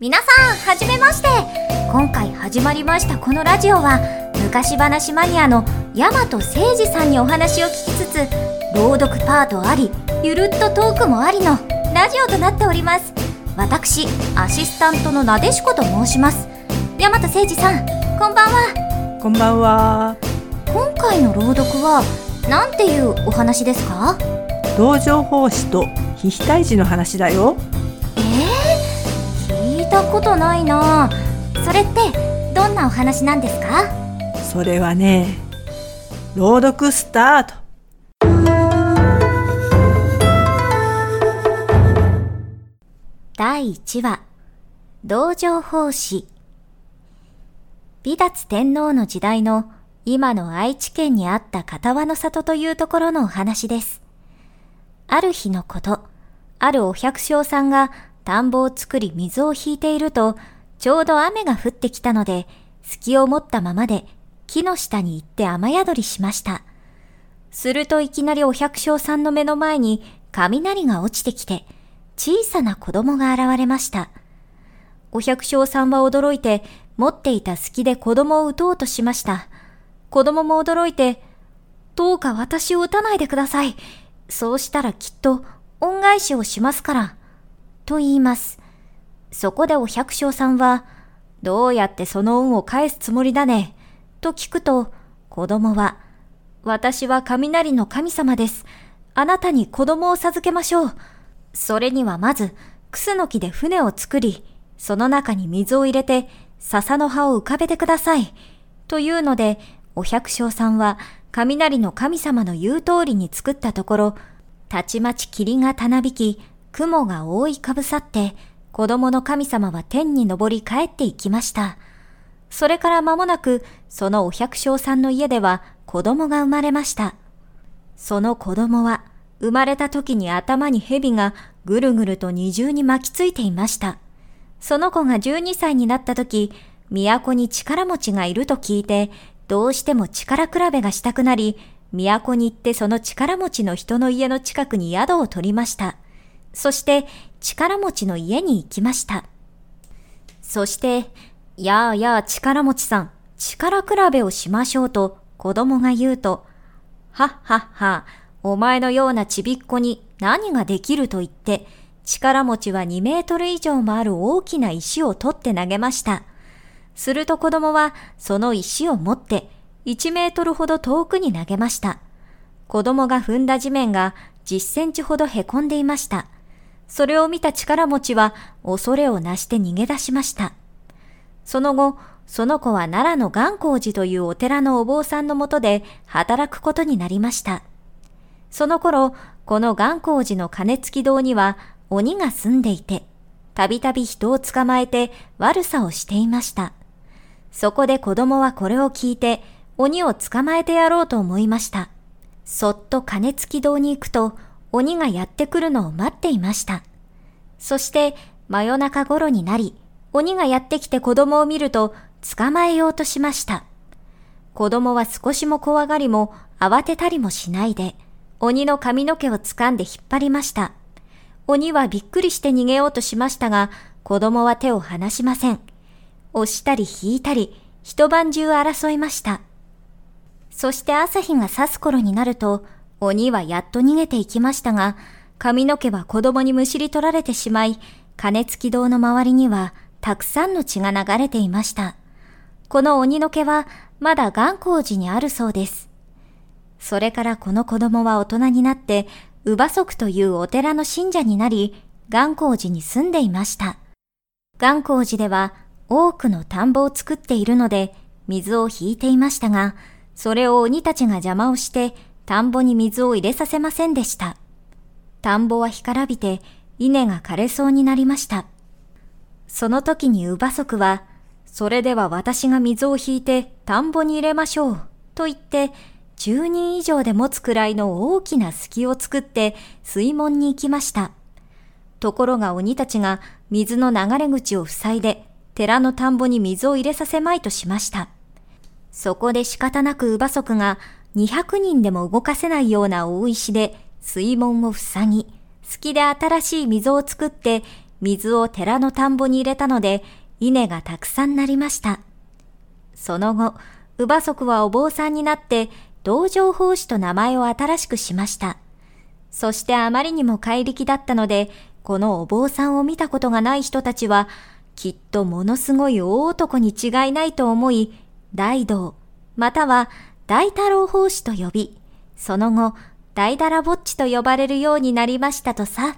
皆さん、はじめまして。今回始まりましたこのラジオは、昔話マニアの大和誠司さんにお話を聞きつつ、朗読パートあり、ゆるっとトークもありのラジオとなっております。私、アシスタントのなでしこと申します。大和誠司さん、こんばんは。 こんばんは。 今回の朗読はなんていうお話ですか？ 道場法師とヒヒ退治の話だよ。 聞いたことないな。それってどんなお話なんですか？ それはね、朗読スタート。 第1話、道場法師。美達天皇の時代の今の愛知県にあった片輪の里というところのお話です。ある日のこと、あるお百姓さんが田んぼを作り水を引いていると、ちょうど雨が降ってきたので、隙を持ったままで木の下に行って雨宿りしました。するといきなりお百姓さんの目の前に雷が落ちてきて、小さな子供が現れました。お百姓さんは驚いて、持っていた隙で子供を撃とうとしました。子供も驚いて、どうか私を撃たないでください。そうしたらきっと恩返しをしますから。と言います。そこでお百姓さんは、どうやってその恩を返すつもりだね。と聞くと、子供は、私は雷の神様です。あなたに子供を授けましょう。それにはまず、クスノキで船を作り、その中に水を入れて、笹の葉を浮かべてください。というので、お百姓さんは雷の神様の言う通りに作ったところ、たちまち霧がたなびき、雲が覆いかぶさって、子供の神様は天に昇り帰っていきました。それから間もなく、そのお百姓さんの家では子供が生まれました。その子供は、生まれた時に頭に蛇がぐるぐると二重に巻きついていました。その子が12歳になった時、都に力持ちがいると聞いて、どうしても力比べがしたくなり、都に行ってその力持ちの人の家の近くに宿を取りました。そして力持ちの家に行きました。そして、やあやあ力持ちさん、力比べをしましょうと子供が言うと、はっはっは、お前のようなちびっこに何ができると言って、力持ちは2メートル以上もある大きな石を取って投げました。すると子供はその石を持って1メートルほど遠くに投げました。子供が踏んだ地面が10センチほどへこんでいました。それを見た力持ちは恐れをなして逃げ出しました。その後、その子は奈良の元光寺というお寺のお坊さんのもとで働くことになりました。その頃、この元光寺の鐘付き堂には鬼が住んでいて、たびたび人を捕まえて悪さをしていました。そこで子供はこれを聞いて、鬼を捕まえてやろうと思いました。そっと鐘付き堂に行くと、鬼がやってくるのを待っていました。そして真夜中頃になり、鬼がやってきて子供を見ると捕まえようとしました。子供は少しも怖がりも慌てたりもしないで、鬼の髪の毛を掴んで引っ張りました。鬼はびっくりして逃げようとしましたが、子供は手を離しません。押したり引いたり、一晩中争いました。そして朝日が差す頃になると、鬼はやっと逃げていきましたが、髪の毛は子供にむしり取られてしまい、鐘付き堂の周りにはたくさんの血が流れていました。この鬼の毛はまだ元光寺にあるそうです。それからこの子供は大人になって、乳母足というお寺の信者になり、元光寺に住んでいました。元光寺では多くの田んぼを作っているので、水を引いていましたが、それを鬼たちが邪魔をして、田んぼに水を入れさせませんでした。田んぼは干からびて、稲が枯れそうになりました。その時に乳母足は、それでは私が水を引いて田んぼに入れましょう、と言って、10人以上で持つくらいの大きな隙を作って水門に行きました。ところが鬼たちが水の流れ口を塞いで、寺の田んぼに水を入れさせまいとしました。そこで仕方なく乳母足が200人でも動かせないような大石で水門を塞ぎ、隙で新しい溝を作って水を寺の田んぼに入れたので、稲がたくさんなりました。その後、乳母足はお坊さんになって、道場法師と名前を新しくしました。そしてあまりにも怪力だったので、このお坊さんを見たことがない人たちは、きっとものすごい大男に違いないと思い、大道、または大太郎法師と呼び、その後、大だらぼっちと呼ばれるようになりましたとさ。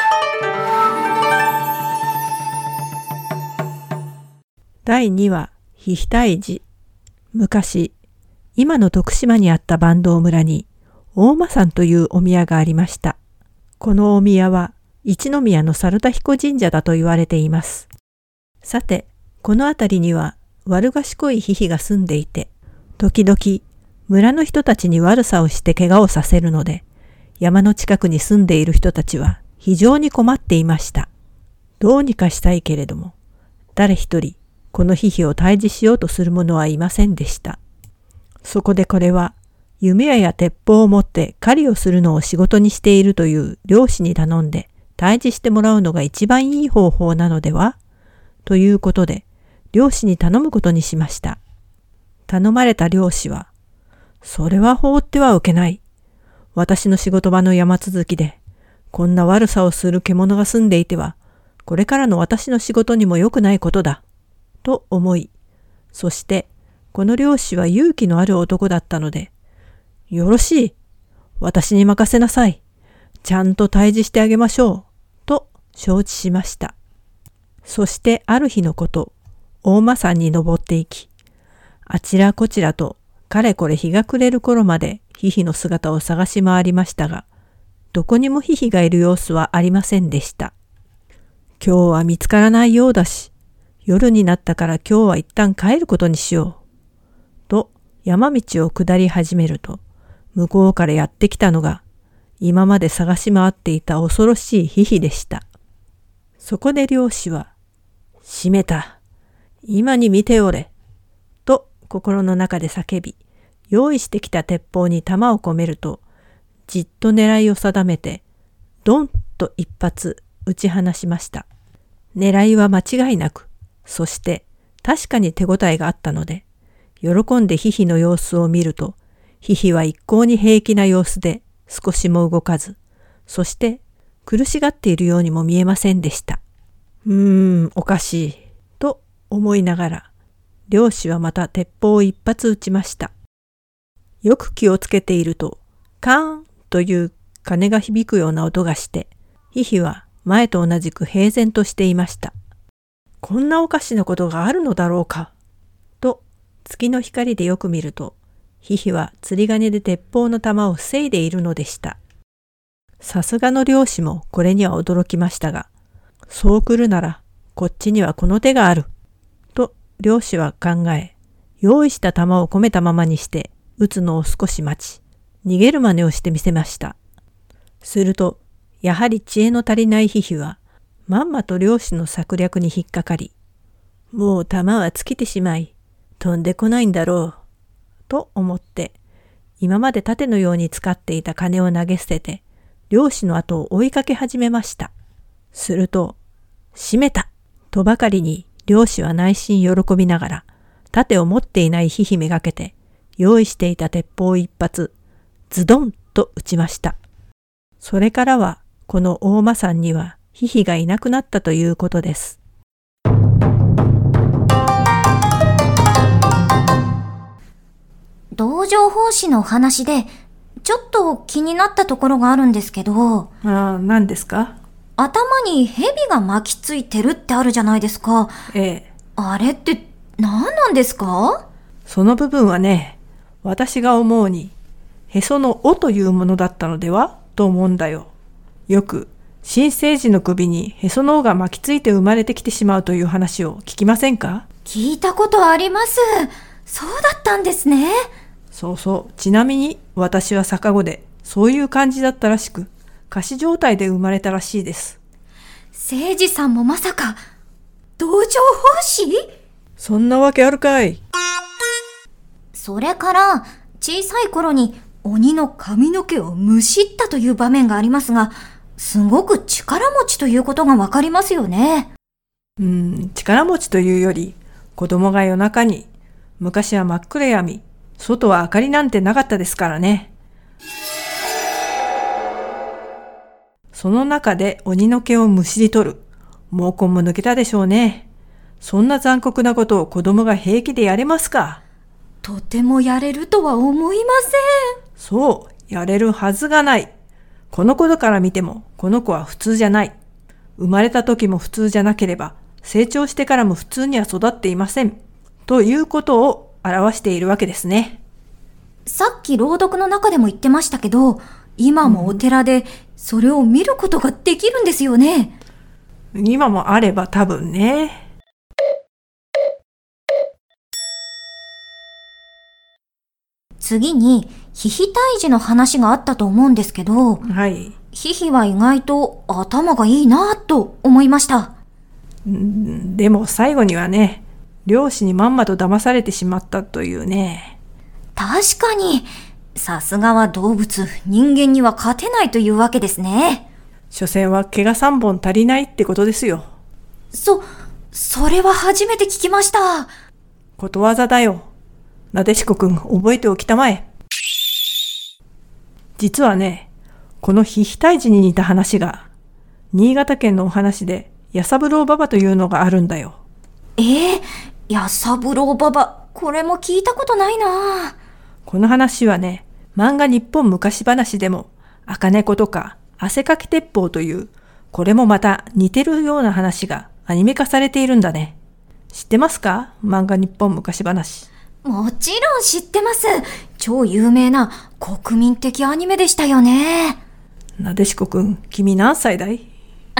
第2話、ひひたいじ。昔、今の徳島にあった坂東村に、大間山というお宮がありました。このお宮は、一宮の猿田彦神社だと言われています。さて、この辺りには悪賢いヒヒが住んでいて、時々村の人たちに悪さをして怪我をさせるので、山の近くに住んでいる人たちは非常に困っていました。どうにかしたいけれども、誰一人このヒヒを退治しようとする者はいませんでした。そこでこれは、弓矢や鉄砲を持って狩りをするのを仕事にしているという猟師に頼んで退治してもらうのが一番いい方法なのではということで、猟師に頼むことにしました。頼まれた猟師は、それは放ってはおけない。私の仕事場の山続きで、こんな悪さをする獣が住んでいては、これからの私の仕事にも良くないことだ。と思い、そして、この猟師は勇気のある男だったので、よろしい。私に任せなさい。ちゃんと退治してあげましょう。と承知しました。そしてある日のこと、大間山に登っていき、あちらこちらとかれこれ日が暮れる頃までヒヒの姿を探し回りましたが、どこにもヒヒがいる様子はありませんでした。今日は見つからないようだし、夜になったから今日は一旦帰ることにしよう。と山道を下り始めると、向こうからやってきたのが、今まで探し回っていた恐ろしいヒヒでした。そこで猟師は、しめた。今に見ておれ。と心の中で叫び、用意してきた鉄砲に弾を込めると、じっと狙いを定めて、ドンと一発撃ち放しました。狙いは間違いなく、そして確かに手応えがあったので、喜んでヒヒの様子を見ると、ヒヒは一向に平気な様子で少しも動かず、そして苦しがっているようにも見えませんでした。おかしい、と思いながら、猟師はまた鉄砲を一発撃ちました。よく気をつけていると、カーンという鐘が響くような音がして、ヒヒは前と同じく平然としていました。こんなおかしなことがあるのだろうか。と、月の光でよく見ると、ヒヒは釣り鐘で鉄砲の弾を防いでいるのでした。さすがの猟師もこれには驚きましたが、そう来るならこっちにはこの手がある。と猟師は考え、用意した弾を込めたままにして撃つのを少し待ち、逃げる真似をしてみせました。すると、やはり知恵の足りないヒヒは、まんまと猟師の策略に引っかかり、もう弾は尽きてしまい、飛んでこないんだろう。と思って、今まで盾のように使っていた鐘を投げ捨てて、猟師の後を追いかけ始めました。すると、しめたとばかりに猟師は内心喜びながら、盾を持っていないヒヒめがけて、用意していた鉄砲を一発、ズドンと撃ちました。それからは、この大間山にはヒヒがいなくなったということです。 道場法師のお話で、ちょっと気になったところがあるんですけど。 何ですか？ 頭に蛇が巻きついてるってあるじゃないですか。 ええ。 あれって何なんですか？ その部分はね、私が思うに、へその緒というものだったのではと思うんだよ。よく、新生児の首にへその緒が巻きついて生まれてきてしまうという話を聞きませんか？ 聞いたことあります。そうだったんですね。 そうそう。ちなみに私は逆子でそういう感じだったらしく、仮死状態で生まれたらしいです。 聖司さんもまさか道場法師？ そんなわけあるかい。 それから小さい頃に鬼の髪の毛をむしったという場面がありますが、 すごく力持ちということがわかりますよね。 力持ちというより、子供が夜中に、昔は真っ暗闇、外は明かりなんてなかったですからね。その中で鬼の毛をむしり取る。毛根も抜けたでしょうね。そんな残酷なことを子供が平気でやれますか？ とてもやれるとは思いません。 そう、やれるはずがない。このことから見ても、この子は普通じゃない。生まれた時も普通じゃなければ、成長してからも普通には育っていません。ということを表しているわけですね。 さっき朗読の中でも言ってましたけど、今もお寺でそれを見ることができるんですよね。 今もあれば多分ね。 次に、ヒヒ退治の話があったと思うんですけど、 はい。 ヒヒは意外と頭がいいなぁと思いました。 でも最後にはね、漁師にまんまと騙されてしまったというね。 確かに、さすがは動物、人間には勝てないというわけですね。 所詮は毛が3本足りないってことですよ。 それは初めて聞きました。 ことわざだよ。なでしこくん、覚えておきたまえ。実はね、このヒヒ退治に似た話が、新潟県のお話で、弥三郎馬場というのがあるんだよ。 弥三郎馬場、これも聞いたことないな。 この話はね、漫画日本昔話でも、赤猫とか汗かき鉄砲という、これもまた似てるような話がアニメ化されているんだね。知ってますか？漫画日本昔話。 もちろん知ってます。超有名な国民的アニメでしたよね。 なでしこくん、君何歳だい？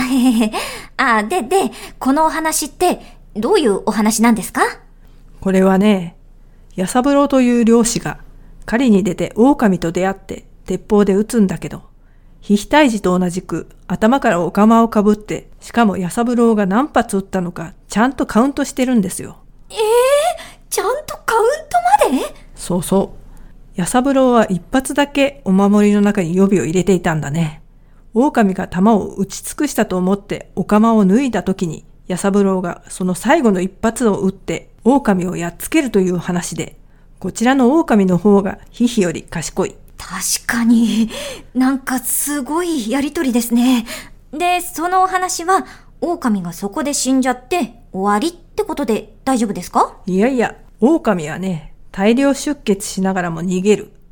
で、このお話ってどういうお話なんですか？ これはね、弥三郎という漁師が狩りに出て狼と出会って鉄砲で撃つんだけど、ヒヒ退治と同じく頭からお釜をかぶって、しかも弥三郎が何発撃ったのかちゃんとカウントしてるんですよ。 ちゃんとカウントまで？ そうそう。弥三郎は一発だけお守りの中に予備を入れていたんだね。狼が弾を撃ち尽くしたと思ってお釜を脱いだ時に、弥三郎がその最後の一発を撃って狼をやっつけるという話で、こちらの狼の方がヒヒより賢い。 確かに、なんかすごいやりとりですね。で、そのお話は狼がそこで死んじゃって終わりってことで大丈夫ですか？ いやいや、狼はね、大量出血しながらも逃げる。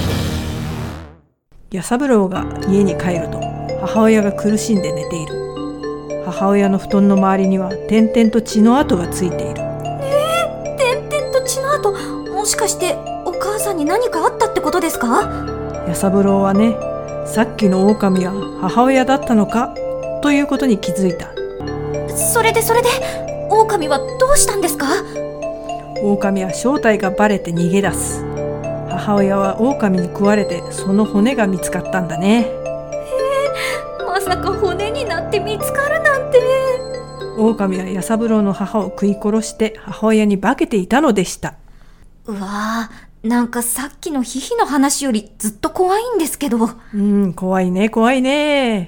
弥三郎が家に帰ると、母親が苦しんで寝ている。母親の布団の周りには点々と血の跡がついている。 点々と血の跡、もしかしてお母さんに何かあったってことですか？ 弥三郎はね、さっきの狼は母親だったのかということに気づいた。 それで狼はどうしたんですか？ 狼は正体がバレて逃げ出す。母親は狼に食われてその骨が見つかったんだね。 まさか骨になって見つかるなんて。 狼は弥三郎の母を食い殺して母親に化けていたのでした。 うわー、なんかさっきのヒヒの話よりずっと怖いんですけど。 怖いね怖いね。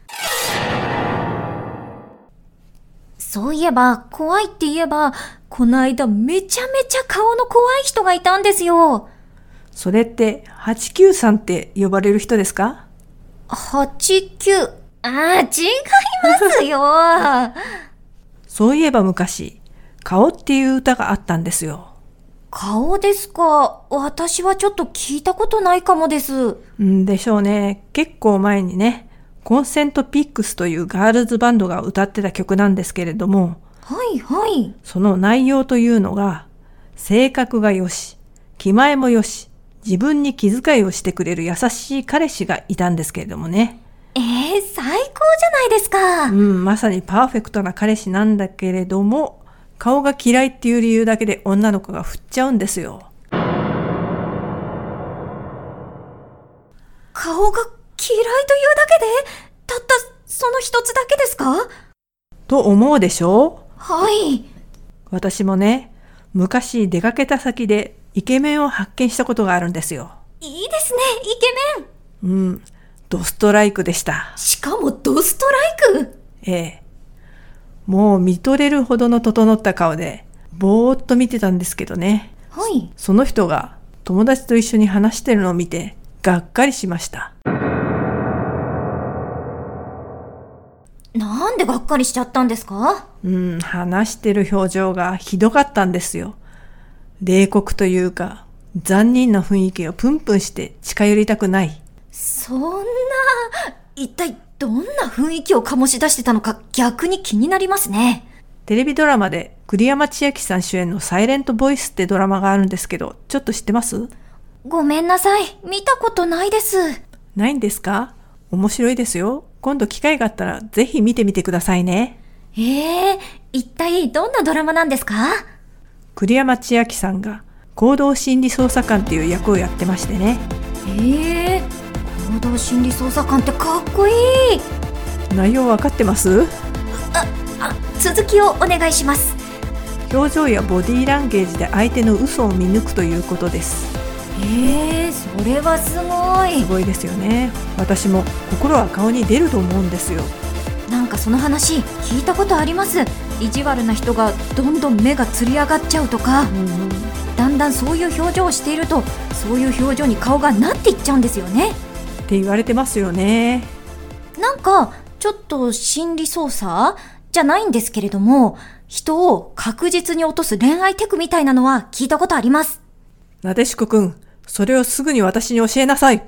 そういえば、怖いって言えば、この間めちゃめちゃ顔の怖い人がいたんですよ。 それって89さんって呼ばれる人ですか ？89、違いますよ。 そういえば昔、顔っていう歌があったんですよ。 顔ですか？私はちょっと聞いたことないかもです。 でしょうね。結構前にね、コンセントピックスというガールズバンドが歌ってた曲なんですけれども、 はいはい。 その内容というのが、性格がよし、気前もよし、自分に気遣いをしてくれる優しい彼氏がいたんですけれどもね。 最高じゃないですか。 まさにパーフェクトな彼氏なんだけれども、顔が嫌いっていう理由だけで女の子が振っちゃうんですよ。 顔が嫌いというだけで、たったその一つだけですか？ と思うでしょう？ はい。 私もね、昔出かけた先でイケメンを発見したことがあるんですよ。 いいですね、イケメン。 ドストライクでした。 しかもドストライク？ ええ。もう見とれるほどの整った顔で、ぼーっと見てたんですけどね。 はい。 その人が友達と一緒に話してるのを見て、がっかりしました。 なんでがっかりしちゃったんですか？ 話してる表情がひどかったんですよ。冷酷というか、残忍な雰囲気をプンプンして近寄りたくない。 そんな、一体どんな雰囲気を醸し出してたのか逆に気になりますね。 テレビドラマで栗山千明さん主演のサイレントボイスってドラマがあるんですけど、ちょっと知ってます？ ごめんなさい。見たことないです。 ないんですか？面白いですよ。今度機会があったらぜひ見てみてくださいね。 一体どんなドラマなんですか？ 栗山千明さんが行動心理捜査官っていう役をやってましてね。 行動心理捜査官ってかっこいい。 内容わかってます？ 続きをお願いします。 表情やボディーランゲージで相手の嘘を見抜くということです。 それはすごい。 すごいですよね。私も心は顔に出ると思うんですよ。 なんかその話聞いたことあります。意地悪な人がどんどん目がつり上がっちゃうとか、だんだんそういう表情をしていると、そういう表情に顔がなっていっちゃうんですよねって言われてますよね。 なんかちょっと心理操作じゃないんですけれども、人を確実に落とす恋愛テクみたいなのは聞いたことあります。 なでしこくん、それをすぐに私に教えなさい。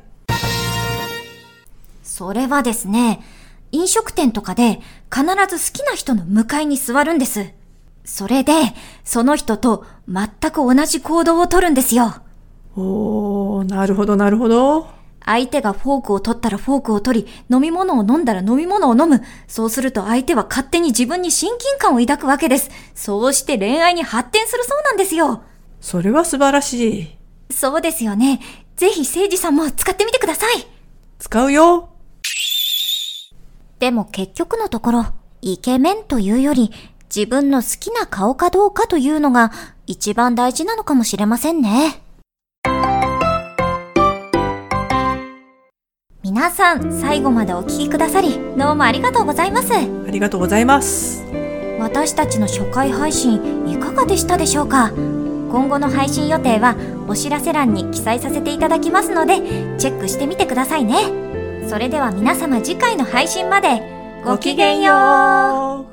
それはですね、飲食店とかで必ず好きな人の向かいに座るんです。それでその人と全く同じ行動をとるんですよ。 なるほどなるほど。 相手がフォークを取ったらフォークを取り、飲み物を飲んだら飲み物を飲む。そうすると相手は勝手に自分に親近感を抱くわけです。そうして恋愛に発展するそうなんですよ。 それは素晴らしい。 そうですよね。ぜひ誠司さんも使ってみてください。 使うよ。 でも結局のところ、イケメンというより、自分の好きな顔かどうかというのが一番大事なのかもしれませんね。皆さん、最後までお聞きくださり、どうもありがとうございます。 ありがとうございます。 私たちの初回配信、いかがでしたでしょうか？今後の配信予定はお知らせ欄に記載させていただきますので、チェックしてみてくださいね。それでは皆様、次回の配信までごきげんよう。